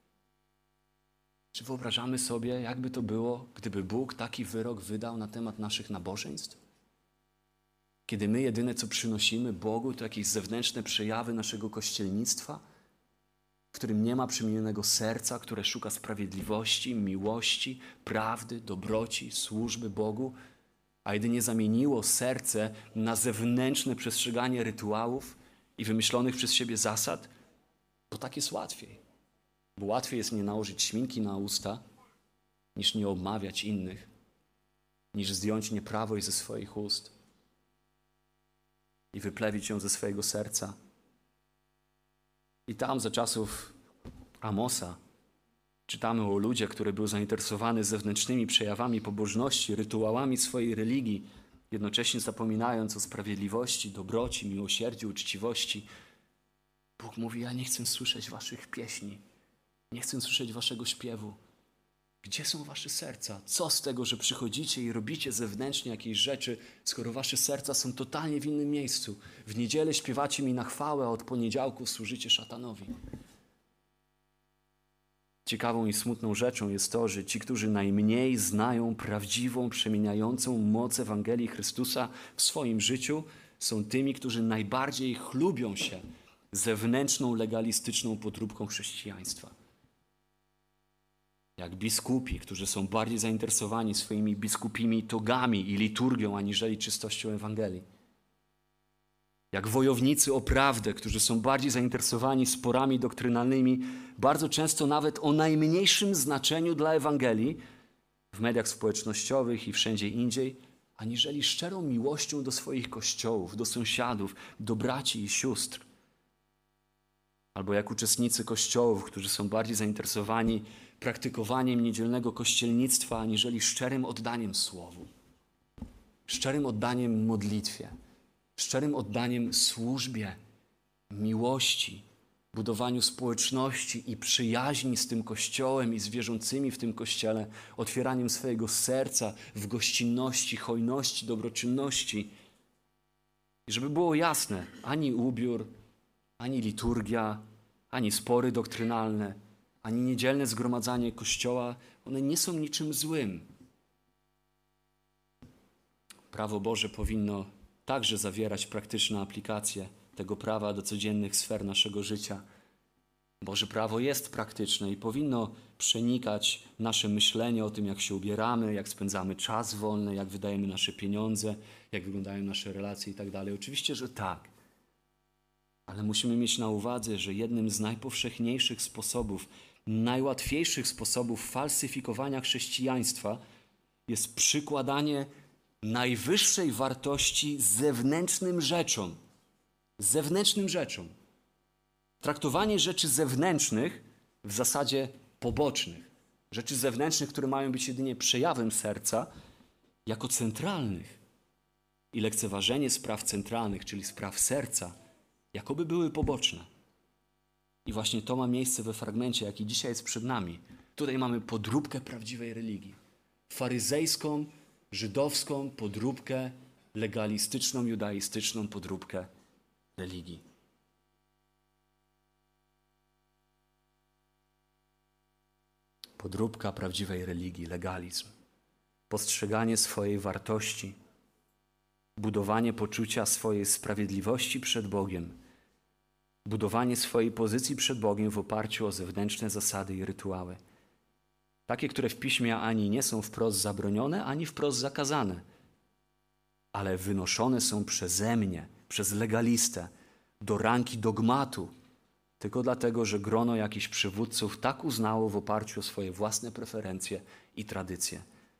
Czy wyobrażamy sobie, jakby to było, gdyby Bóg taki wyrok wydał na temat naszych nabożeństw? Kiedy my jedyne, co przynosimy Bogu, to jakieś zewnętrzne przejawy naszego kościelnictwa, w którym nie ma przemienionego serca, które szuka sprawiedliwości, miłości, prawdy, dobroci, służby Bogu, a jedynie zamieniło serce na zewnętrzne przestrzeganie rytuałów i wymyślonych przez siebie zasad, to tak jest łatwiej. Bo łatwiej jest nie nałożyć szminki na usta, niż nie obmawiać innych, niż zdjąć nieprawość ze swoich ust i wyplewić ją ze swojego serca. I tam za czasów Amosa czytamy o ludziach, który był zainteresowany zewnętrznymi przejawami pobożności, rytuałami swojej religii, jednocześnie zapominając o sprawiedliwości, dobroci, miłosierdziu, uczciwości. Bóg mówi, ja nie chcę słyszeć waszych pieśni, nie chcę słyszeć waszego śpiewu. Gdzie są wasze serca? Co z tego, że przychodzicie i robicie zewnętrznie jakieś rzeczy, skoro wasze serca są totalnie w innym miejscu? W niedzielę śpiewacie mi na chwałę, a od poniedziałku służycie szatanowi. Ciekawą i smutną rzeczą jest to, że ci, którzy najmniej znają prawdziwą, przemieniającą moc Ewangelii Chrystusa w swoim życiu, są tymi, którzy najbardziej chlubią się zewnętrzną, legalistyczną podróbką chrześcijaństwa. Jak biskupi, którzy są bardziej zainteresowani swoimi biskupimi togami i liturgią, aniżeli czystością Ewangelii. Jak wojownicy o prawdę, którzy są bardziej zainteresowani sporami doktrynalnymi, bardzo często nawet o najmniejszym znaczeniu dla Ewangelii, w mediach społecznościowych i wszędzie indziej, aniżeli szczerą miłością do swoich kościołów, do sąsiadów, do braci i sióstr. Albo jak uczestnicy kościołów, którzy są bardziej zainteresowani praktykowaniem niedzielnego kościelnictwa, aniżeli szczerym oddaniem słowu, szczerym oddaniem modlitwie, szczerym oddaniem służbie, miłości, budowaniu społeczności i przyjaźni z tym Kościołem i z wierzącymi w tym Kościele, otwieraniem swojego serca w gościnności, hojności, dobroczynności. I żeby było jasne, ani ubiór, ani liturgia, ani spory doktrynalne, ani niedzielne zgromadzanie Kościoła, one nie są niczym złym. Prawo Boże powinno także zawierać praktyczne aplikacje tego prawa do codziennych sfer naszego życia. Boże prawo jest praktyczne i powinno przenikać nasze myślenie o tym, jak się ubieramy, jak spędzamy czas wolny, jak wydajemy nasze pieniądze, jak wyglądają nasze relacje itd. Oczywiście, że tak. Ale musimy mieć na uwadze, że jednym z najpowszechniejszych sposobów, najłatwiejszych sposobów falsyfikowania chrześcijaństwa jest przykładanie najwyższej wartości zewnętrznym rzeczom. Zewnętrznym rzeczom. Traktowanie rzeczy zewnętrznych w zasadzie pobocznych. Rzeczy zewnętrznych, które mają być jedynie przejawem serca, jako centralnych. I lekceważenie spraw centralnych, czyli spraw serca, jakoby były poboczne. I właśnie to ma miejsce we fragmencie, jaki dzisiaj jest przed nami. Tutaj mamy podróbkę prawdziwej religii. Faryzejską, żydowską podróbkę, legalistyczną, judaistyczną podróbkę religii. Podróbka prawdziwej religii, legalizm. Postrzeganie swojej wartości, budowanie poczucia swojej sprawiedliwości przed Bogiem, budowanie swojej pozycji przed Bogiem w oparciu o zewnętrzne zasady i rytuały. Takie, które w Piśmie ani nie są wprost zabronione, ani wprost zakazane, ale wynoszone są przeze mnie, przez legalistę, do rangi dogmatu, tylko dlatego, że grono jakichś przywódców tak uznało w oparciu o swoje własne preferencje i tradycje.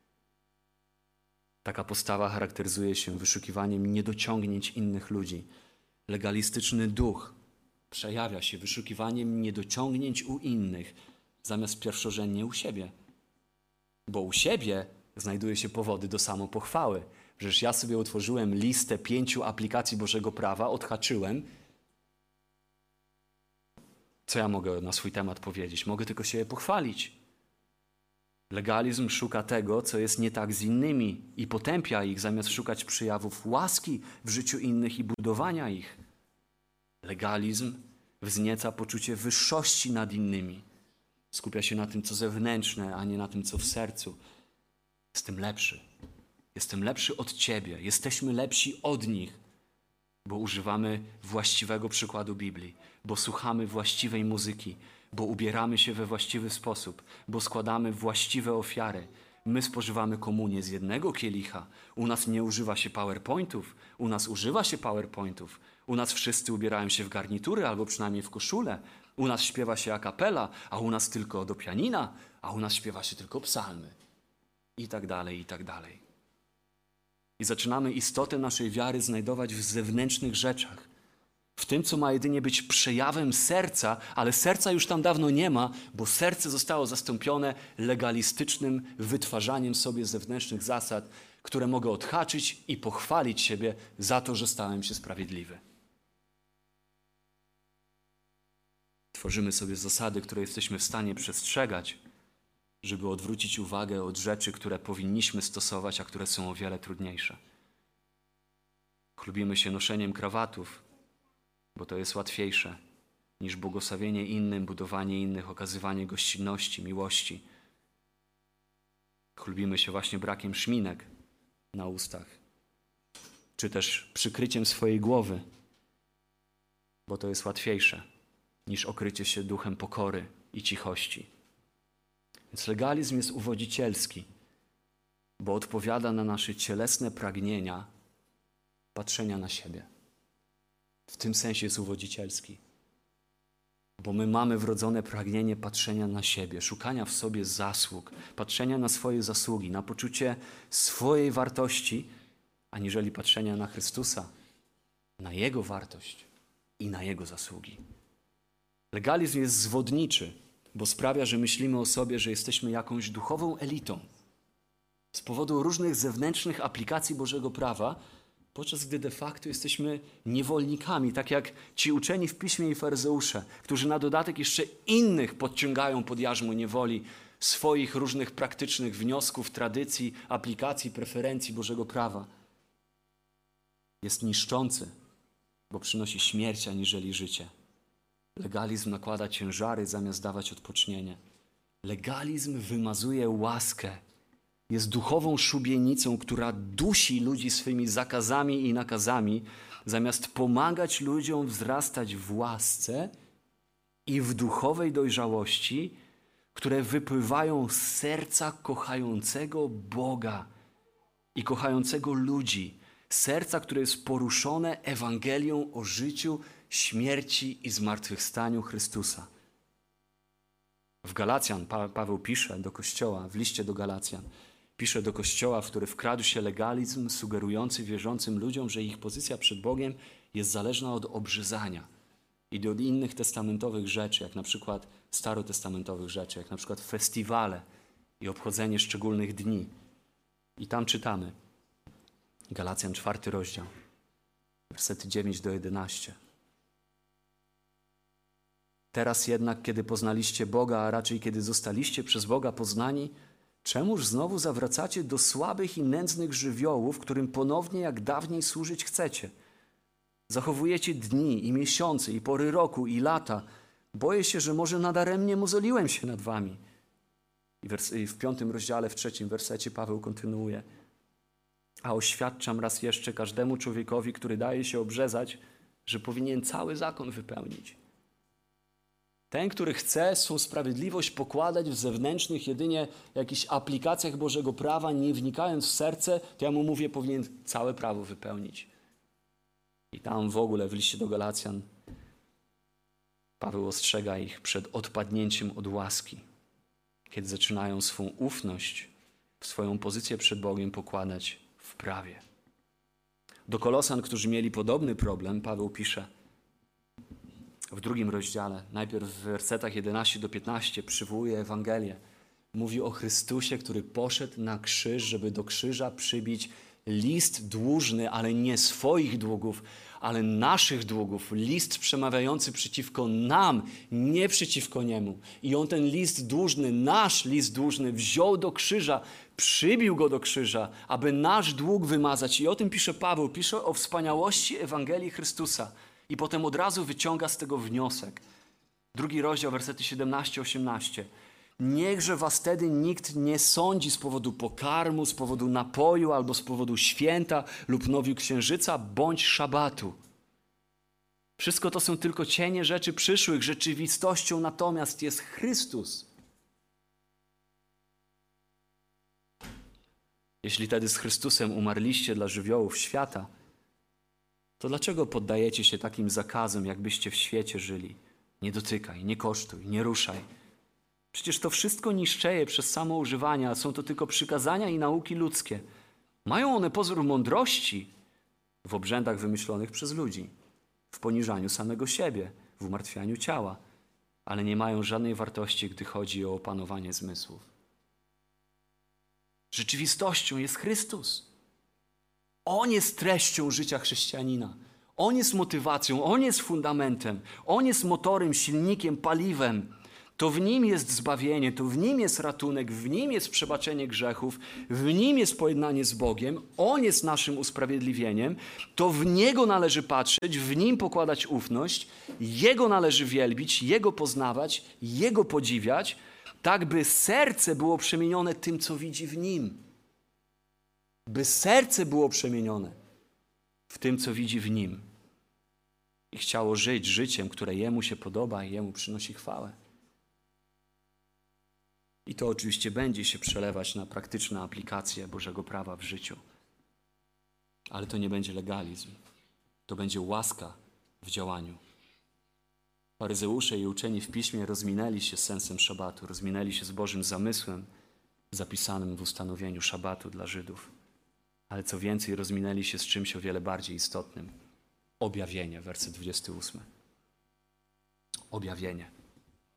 Taka postawa charakteryzuje się wyszukiwaniem niedociągnięć innych ludzi. Legalistyczny duch przejawia się wyszukiwaniem niedociągnięć u innych, zamiast pierwszorzędnie u siebie. Bo u siebie znajduje się powody do samopochwały. Przecież ja sobie utworzyłem listę 5 aplikacji Bożego Prawa, odhaczyłem. Co ja mogę na swój temat powiedzieć? Mogę tylko się pochwalić. Legalizm szuka tego, co jest nie tak z innymi i potępia ich, zamiast szukać przejawów łaski w życiu innych i budowania ich. Legalizm wznieca poczucie wyższości nad innymi. Skupia się na tym, co zewnętrzne, a nie na tym, co w sercu. Jestem lepszy. Jestem lepszy od ciebie. Jesteśmy lepsi od nich, bo używamy właściwego przykładu Biblii, bo słuchamy właściwej muzyki, bo ubieramy się we właściwy sposób, bo składamy właściwe ofiary. My spożywamy komunię z jednego kielicha. U nas nie używa się PowerPointów, u nas używa się PowerPointów. U nas wszyscy ubierają się w garnitury albo przynajmniej w koszulę. U nas śpiewa się a cappella, a u nas tylko do pianina, a u nas śpiewa się tylko psalmy. I tak dalej, i tak dalej. I zaczynamy istotę naszej wiary znajdować w zewnętrznych rzeczach. W tym, co ma jedynie być przejawem serca, ale serca już tam dawno nie ma, bo serce zostało zastąpione legalistycznym wytwarzaniem sobie zewnętrznych zasad, które mogę odhaczyć i pochwalić siebie za to, że stałem się sprawiedliwy. Tworzymy sobie zasady, które jesteśmy w stanie przestrzegać, żeby odwrócić uwagę od rzeczy, które powinniśmy stosować, a które są o wiele trudniejsze. Chlubimy się noszeniem krawatów, bo to jest łatwiejsze niż błogosławienie innym, budowanie innych, okazywanie gościnności, miłości. Chlubimy się właśnie brakiem szminek na ustach, czy też przykryciem swojej głowy, bo to jest łatwiejsze niż okrycie się duchem pokory i cichości. Więc legalizm jest uwodzicielski, bo odpowiada na nasze cielesne pragnienia patrzenia na siebie. W tym sensie jest uwodzicielski, bo my mamy wrodzone pragnienie patrzenia na siebie, szukania w sobie zasług, patrzenia na swoje zasługi, na poczucie swojej wartości, aniżeli patrzenia na Chrystusa, na Jego wartość i na Jego zasługi. Legalizm jest zwodniczy, bo sprawia, że myślimy o sobie, że jesteśmy jakąś duchową elitą. Z powodu różnych zewnętrznych aplikacji Bożego Prawa podczas gdy de facto jesteśmy niewolnikami, tak jak ci uczeni w Piśmie i faryzeusze, którzy na dodatek jeszcze innych podciągają pod jarzmo niewoli swoich różnych praktycznych wniosków, tradycji, aplikacji, preferencji Bożego prawa. Jest niszczący, bo przynosi śmierć aniżeli życie. Legalizm nakłada ciężary zamiast dawać odpocznienie. Legalizm wymazuje łaskę. Jest duchową szubienicą, która dusi ludzi swymi zakazami i nakazami, zamiast pomagać ludziom wzrastać w łasce i w duchowej dojrzałości, które wypływają z serca kochającego Boga i kochającego ludzi. Serca, które jest poruszone Ewangelią o życiu, śmierci i zmartwychwstaniu Chrystusa. W Galacjan Paweł pisze do Kościoła, w liście do Galacjan, pisze do Kościoła, w który wkradł się legalizm sugerujący wierzącym ludziom, że ich pozycja przed Bogiem jest zależna od obrzyzania i od innych testamentowych rzeczy, jak na przykład starotestamentowych rzeczy, jak na przykład festiwale i obchodzenie szczególnych dni. I tam czytamy, Galacjan 4 rozdział, wersety 9 do 11. Teraz jednak, kiedy poznaliście Boga, a raczej kiedy zostaliście przez Boga poznani, czemuż znowu zawracacie do słabych i nędznych żywiołów, którym ponownie jak dawniej służyć chcecie? Zachowujecie dni i miesiące i pory roku i lata. Boję się, że może nadaremnie mozoliłem się nad wami. I w 5 rozdziale, w 3 wersecie Paweł kontynuuje. A oświadczam raz jeszcze każdemu człowiekowi, który daje się obrzezać, że powinien cały zakon wypełnić. Ten, który chce swą sprawiedliwość pokładać w zewnętrznych jedynie jakichś aplikacjach Bożego prawa, nie wnikając w serce, to ja mu mówię, powinien całe prawo wypełnić. I tam w ogóle w liście do Galacjan Paweł ostrzega ich przed odpadnięciem od łaski, kiedy zaczynają swą ufność, swoją pozycję przed Bogiem pokładać w prawie. Do Kolosan, którzy mieli podobny problem, Paweł pisze w 2 rozdziale, najpierw w wersetach 11 do 15 przywołuje Ewangelię. Mówi o Chrystusie, który poszedł na krzyż, żeby do krzyża przybić list dłużny, ale nie swoich długów, ale naszych długów. List przemawiający przeciwko nam, nie przeciwko niemu. I on ten list dłużny, nasz list dłużny wziął do krzyża, przybił go do krzyża, aby nasz dług wymazać. I o tym pisze Paweł. Pisze o wspaniałości Ewangelii Chrystusa. I potem od razu wyciąga z tego wniosek. 2 rozdział, wersety 17-18. Niechże was wtedy nikt nie sądzi z powodu pokarmu, z powodu napoju, albo z powodu święta lub nowiu księżyca, bądź szabatu. Wszystko to są tylko cienie rzeczy przyszłych. Rzeczywistością natomiast jest Chrystus. Jeśli tedy z Chrystusem umarliście dla żywiołów świata, to dlaczego poddajecie się takim zakazom, jakbyście w świecie żyli? Nie dotykaj, nie kosztuj, nie ruszaj. Przecież to wszystko niszczeje przez samo używanie, a są to tylko przykazania i nauki ludzkie. Mają one pozór mądrości w obrzędach wymyślonych przez ludzi, w poniżaniu samego siebie, w umartwianiu ciała, ale nie mają żadnej wartości, gdy chodzi o opanowanie zmysłów. Rzeczywistością jest Chrystus. On jest treścią życia chrześcijanina. On jest motywacją, On jest fundamentem, On jest motorem, silnikiem, paliwem. To w Nim jest zbawienie, to w Nim jest ratunek, w Nim jest przebaczenie grzechów, w Nim jest pojednanie z Bogiem, On jest naszym usprawiedliwieniem, to w Niego należy patrzeć, w Nim pokładać ufność, Jego należy wielbić, Jego poznawać, Jego podziwiać, tak by serce było przemienione tym, co widzi w Nim. By serce było przemienione w tym, co widzi w Nim i chciało żyć życiem, które Jemu się podoba i Jemu przynosi chwałę. I to oczywiście będzie się przelewać na praktyczne aplikacje Bożego prawa w życiu. Ale to nie będzie legalizm. To będzie łaska w działaniu. Faryzeusze i uczeni w Piśmie rozminęli się z sensem szabatu, rozminęli się z Bożym zamysłem zapisanym w ustanowieniu szabatu dla Żydów. Ale co więcej, rozminęli się z czymś o wiele bardziej istotnym. Objawienie, werset 28. Objawienie.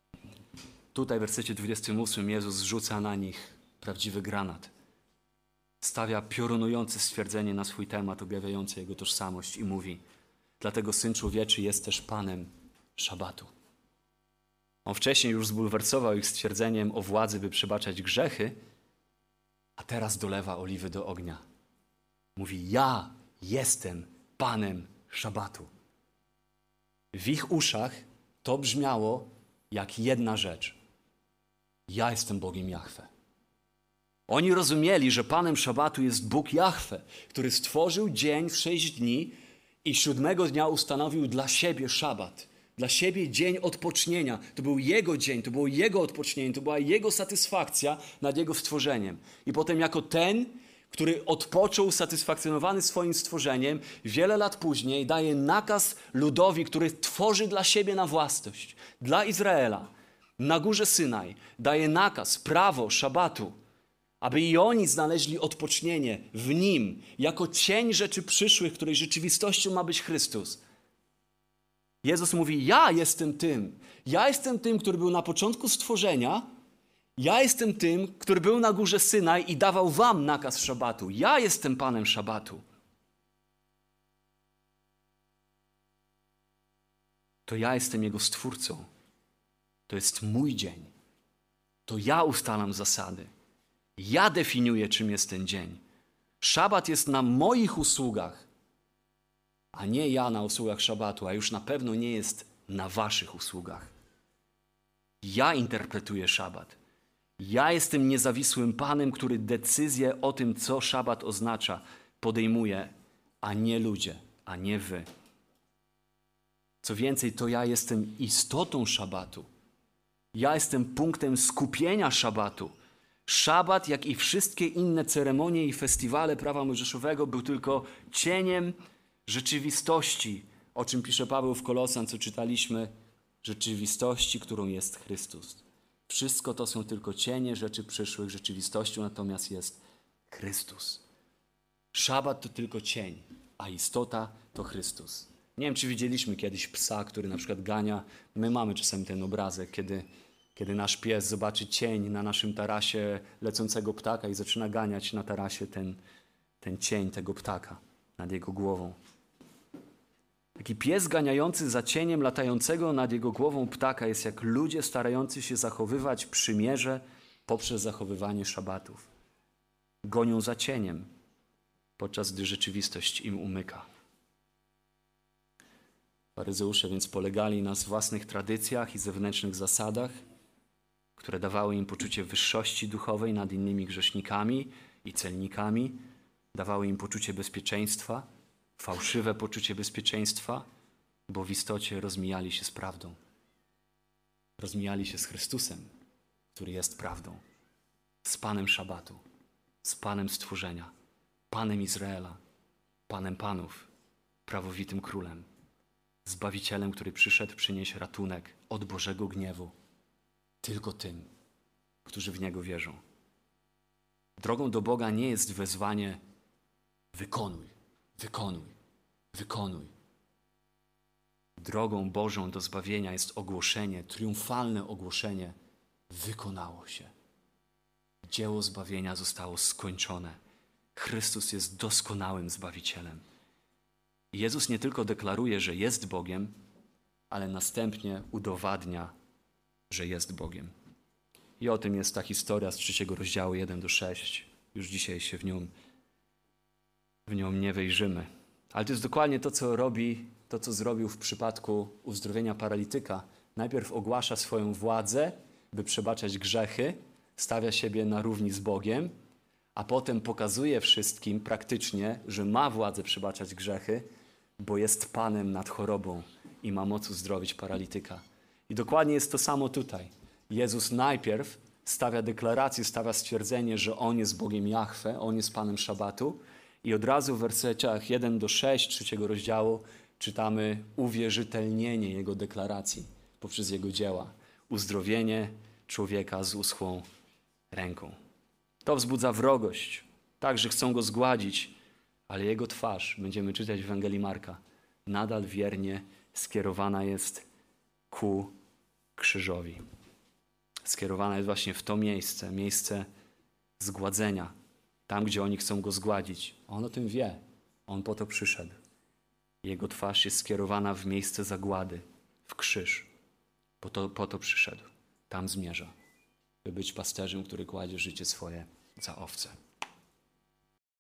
Tutaj w wersecie 28 Jezus zrzuca na nich prawdziwy granat. stawia piorunujące stwierdzenie na swój temat, objawiające Jego tożsamość i mówi: dlatego Syn Człowieczy jest też Panem szabatu. On wcześniej już zbulwersował ich stwierdzeniem o władzy, by przebaczać grzechy, a teraz dolewa oliwy do ognia. Mówi: ja jestem Panem szabatu. W ich uszach to brzmiało jak jedna rzecz. Ja jestem Bogiem Jahwe. Oni rozumieli, że Panem szabatu jest Bóg Jahwe, który stworzył dzień w 6 dni i 7 dnia ustanowił dla siebie szabat. Dla siebie dzień odpocznienia. To był Jego dzień, to było Jego odpocznienie, to była Jego satysfakcja nad Jego stworzeniem. I potem jako ten, który odpoczął usatysfakcjonowany swoim stworzeniem, wiele lat później daje nakaz ludowi, który tworzy dla siebie na własność, dla Izraela, na górze Synaj, daje nakaz, prawo szabatu, aby i oni znaleźli odpocznienie w Nim, jako cień rzeczy przyszłych, której rzeczywistością ma być Chrystus. Jezus mówi: ja jestem tym, który był na początku stworzenia, ja jestem tym, który był na górze Synaj i dawał wam nakaz szabatu. Ja jestem Panem szabatu. To ja jestem Jego Stwórcą. To jest mój dzień. To ja ustalam zasady. Ja definiuję, czym jest ten dzień. Szabat jest na moich usługach, a nie ja na usługach szabatu, a już na pewno nie jest na waszych usługach. Ja interpretuję szabat. Ja jestem niezawisłym Panem, który decyzję o tym, co szabat oznacza, podejmuje, a nie ludzie, a nie wy. Co więcej, to ja jestem istotą szabatu. Ja jestem punktem skupienia szabatu. Szabat, jak i wszystkie inne ceremonie i festiwale prawa mojżeszowego, był tylko cieniem rzeczywistości, o czym pisze Paweł w Kolosan, co czytaliśmy, rzeczywistości, którą jest Chrystus. Wszystko to są tylko cienie rzeczy przyszłych, rzeczywistością natomiast jest Chrystus. Szabat to tylko cień, a istota to Chrystus. Nie wiem, czy widzieliśmy kiedyś psa, który na przykład gania. My mamy czasem ten obrazek, kiedy nasz pies zobaczy cień na naszym tarasie lecącego ptaka i zaczyna ganiać na tarasie ten cień tego ptaka nad jego głową. Taki pies ganiający za cieniem latającego nad jego głową ptaka jest jak ludzie starający się zachowywać przymierze poprzez zachowywanie szabatów. Gonią za cieniem, podczas gdy rzeczywistość im umyka. Faryzeusze więc polegali na własnych tradycjach i zewnętrznych zasadach, które dawały im poczucie wyższości duchowej nad innymi grzesznikami i celnikami, dawały im poczucie bezpieczeństwa, fałszywe poczucie bezpieczeństwa, bo w istocie rozmijali się z prawdą. Rozmijali się z Chrystusem, który jest prawdą, z Panem szabatu, z Panem stworzenia, Panem Izraela, Panem panów, prawowitym królem, Zbawicielem, który przyszedł przynieść ratunek od Bożego gniewu tylko tym, którzy w Niego wierzą. Drogą do Boga nie jest wezwanie: wykonuj, wykonuj, wykonuj. Drogą Bożą do zbawienia jest ogłoszenie, triumfalne ogłoszenie: wykonało się. Dzieło zbawienia zostało skończone. Chrystus jest doskonałym Zbawicielem. Jezus nie tylko deklaruje, że jest Bogiem, ale następnie udowadnia, że jest Bogiem. I o tym jest ta historia z 3 rozdziału 1-6. Już dzisiaj się w nią nie wejrzymy. Ale to jest dokładnie to, co zrobił w przypadku uzdrowienia paralityka. Najpierw ogłasza swoją władzę, by przebaczać grzechy, stawia siebie na równi z Bogiem, a potem pokazuje wszystkim praktycznie, że ma władzę przebaczać grzechy, bo jest Panem nad chorobą i ma moc uzdrowić paralityka. I dokładnie jest to samo tutaj. Jezus najpierw stawia deklarację, stawia stwierdzenie, że On jest Bogiem Jahwe, On jest Panem szabatu, i od razu w wersetach 1-6 3 rozdziału czytamy uwierzytelnienie Jego deklaracji poprzez Jego dzieła. Uzdrowienie człowieka z uschłą ręką. To wzbudza wrogość. Także chcą Go zgładzić, ale Jego twarz, będziemy czytać w Ewangelii Marka, nadal wiernie skierowana jest ku krzyżowi. Skierowana jest właśnie w to miejsce zgładzenia, tam, gdzie oni chcą go zgładzić. On o tym wie. On po to przyszedł. Jego twarz jest skierowana w miejsce zagłady, w krzyż. Po to przyszedł. Tam zmierza, by być pasterzem, który kładzie życie swoje za owce.